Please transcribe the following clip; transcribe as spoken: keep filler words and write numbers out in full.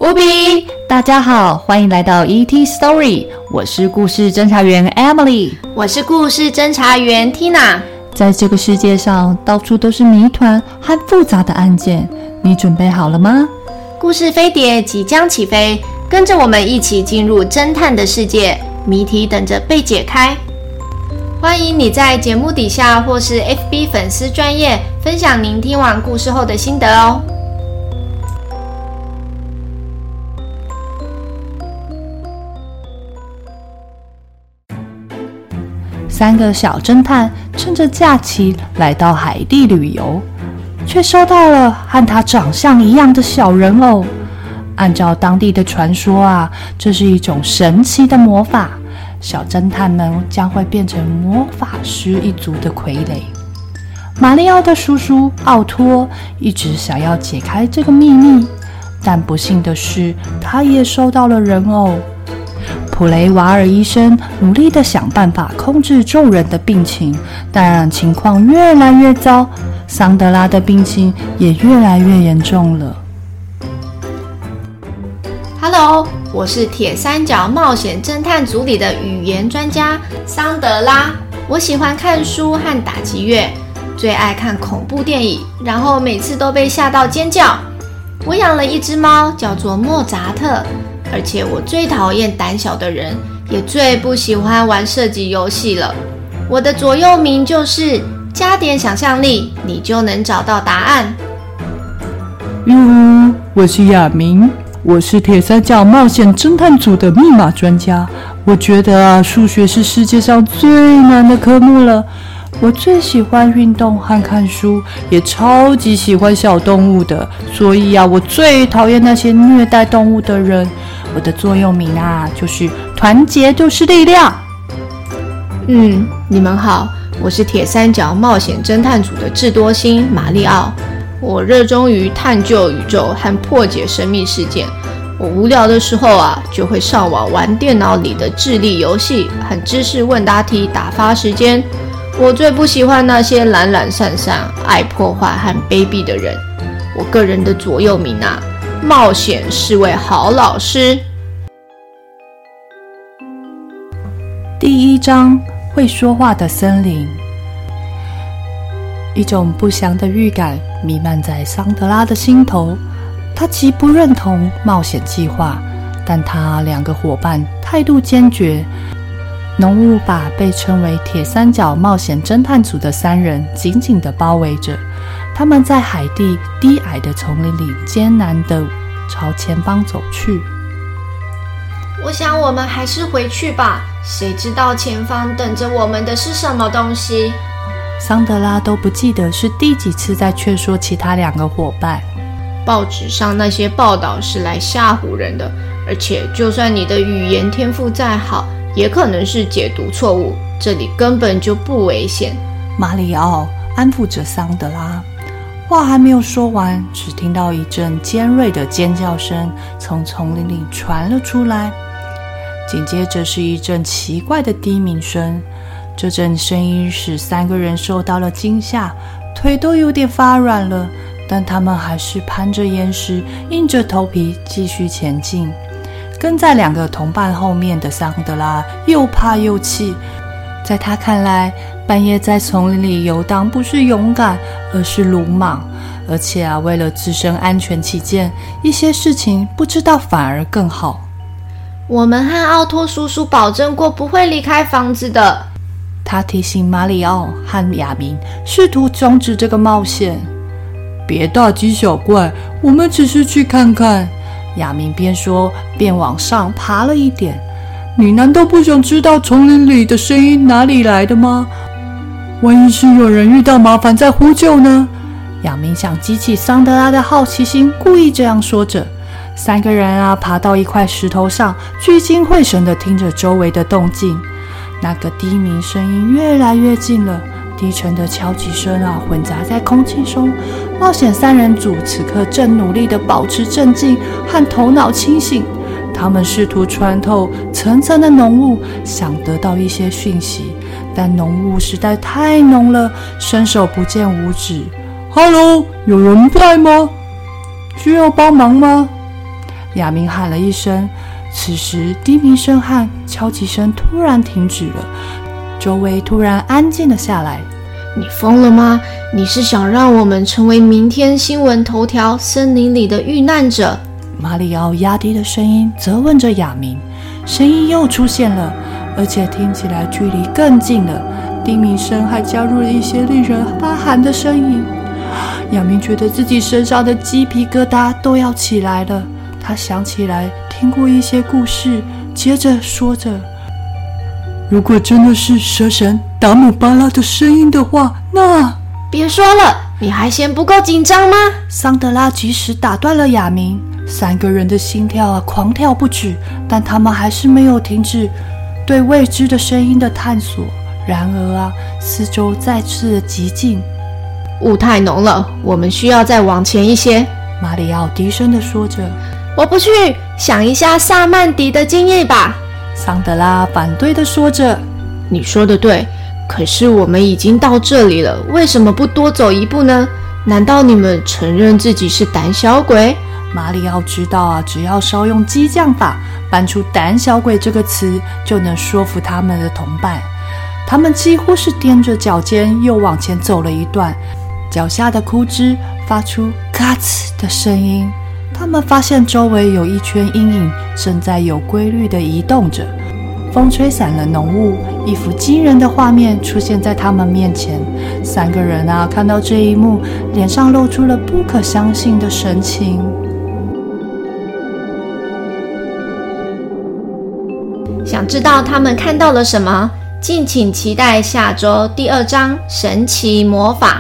乌比， 大家好，欢迎来到 E T Story， 我是故事侦查员 Emily， 我是故事侦查员 Tina。 在这个世界上，到处都是谜团和复杂的案件，你准备好了吗？ 故事飞碟即将起飞，跟着我们一起进入侦探的世界，谜题等着被解开。欢迎你在节目底下或是 F B 粉丝专页分享您听完故事后的心得哦。 三个小侦探趁着假期来到海地旅游，却收到了和他长相一样的小人偶。按照当地的传说啊，这是一种神奇的魔法，小侦探们将会变成魔法师一族的傀儡。马里奥的叔叔奥托一直想要解开这个秘密，但不幸的是，他也收到了人偶。普雷瓦尔医生努力地想办法控制众人的病情，但情况越来越糟，桑德拉的病情也越来越严重了。 Hello， 我是铁三角冒险侦探组里的语言专家桑德拉。我喜欢看书和打击乐，最爱看恐怖电影，然后每次都被吓到尖叫。我养了一只猫，叫做莫扎特。而且我最讨厌胆小的人，也最不喜欢玩射击游戏了。我的座右铭就是加点想象力，你就能找到答案。 哟，我是亚明，我是铁三角冒险侦探组的密码专家。我觉得啊，数学是世界上最难的科目了。我最喜欢运动和看书，也超级喜欢小动物的，所以啊，我最讨厌那些虐待动物的人。我的座右铭啊，就是团结就是力量。 嗯，你们好，我是铁三角冒险侦探组的智多星马里奥。我热衷于探究宇宙和破解神秘事件。我无聊的时候啊，就会上网玩电脑里的智力游戏和知识问答题打发时间。我最不喜欢那些懒懒散散、爱破坏和卑鄙的人。我个人的座右铭啊，冒险是位好老师。 第一章，会说话的森林。一种不祥的预感弥漫在桑德拉的心头，他极不认同冒险计划，但他两个伙伴态度坚决。浓雾把被称为铁三角冒险侦探组的三人紧紧地包围着，他们在海地低矮的丛林里艰难地朝前方走去。 我想我们还是回去吧，谁知道前方等着我们的是什么东西。 桑德拉都不记得是第几次在劝说其他两个伙伴。 报纸上那些报道是来吓唬人的，而且就算你的语言天赋再好，也可能是解读错误，这里根本就不危险。 马里奥安抚着桑德拉，话还没有说完，只听到一阵尖锐的尖叫声从丛林里传了出来，紧接着是一阵奇怪的低鸣声。这阵声音使三个人受到了惊吓，腿都有点发软了，但他们还是攀着岩石，硬着头皮继续前进。跟在两个同伴后面的桑德拉又怕又气，在他看来，半夜在丛林里游荡不是勇敢，而是鲁莽。而且啊，为了自身安全起见，一些事情不知道反而更好。 我们和奥托叔叔保证过不会离开房子的。 他提醒马里奥和亚明，试图终止这个冒险。别大惊小怪，我们只是去看看。亚明边说边往上爬了一点。你难道不想知道丛林里的声音哪里来的吗？万一是有人遇到麻烦在呼救呢？亚明想激起桑德拉的好奇心，故意这样说着。三个人啊，爬到一块石头上，聚精会神地听着周围的动静。那个低鸣声音越来越近了，低沉的敲击声啊，混杂在空气中。冒险三人组此刻正努力地保持镇静和头脑清醒，他们试图穿透层层的浓雾，想得到一些讯息，但浓雾实在太浓了，伸手不见五指。Hello， 有人在吗？需要帮忙吗？ 亚明喊了一声，此时低鸣声和敲击声突然停止了，周围突然安静了下来。 你疯了吗？你是想让我们成为明天新闻头条森林里的遇难者？ 马里奥压低的声音责问着亚明，声音又出现了，而且听起来距离更近了，低鸣声还加入了一些令人发寒的声音。亚明觉得自己身上的鸡皮疙瘩都要起来了，他想起来听过一些故事，接着说着，如果真的是蛇神达姆巴拉的声音的话，那…… 别说了，你还嫌不够紧张吗？ 桑德拉及时打断了亚明，三个人的心跳啊狂跳不止，但他们还是没有停止对未知的声音的探索。然而啊，四周再次的寂静， 雾太浓了，我们需要再往前一些。 马里奥低声地说着。 我不去，想一下萨曼迪的经验吧。 桑德拉反对地说着。 你说的对，可是我们已经到这里了，为什么不多走一步呢？难道你们承认自己是胆小鬼？ 马里奥知道啊，只要稍用激将法，搬出胆小鬼这个词，就能说服他们的同伴。他们几乎是踮着脚尖又往前走了一段，脚下的枯枝发出咔哧的声音。他们发现周围有一圈阴影正在有规律地移动着，风吹散了浓雾，一幅惊人的画面出现在他们面前。三个人啊，看到这一幕，脸上露出了不可相信的神情。 想知道他们看到了什么？敬请期待下周第二章神奇魔法。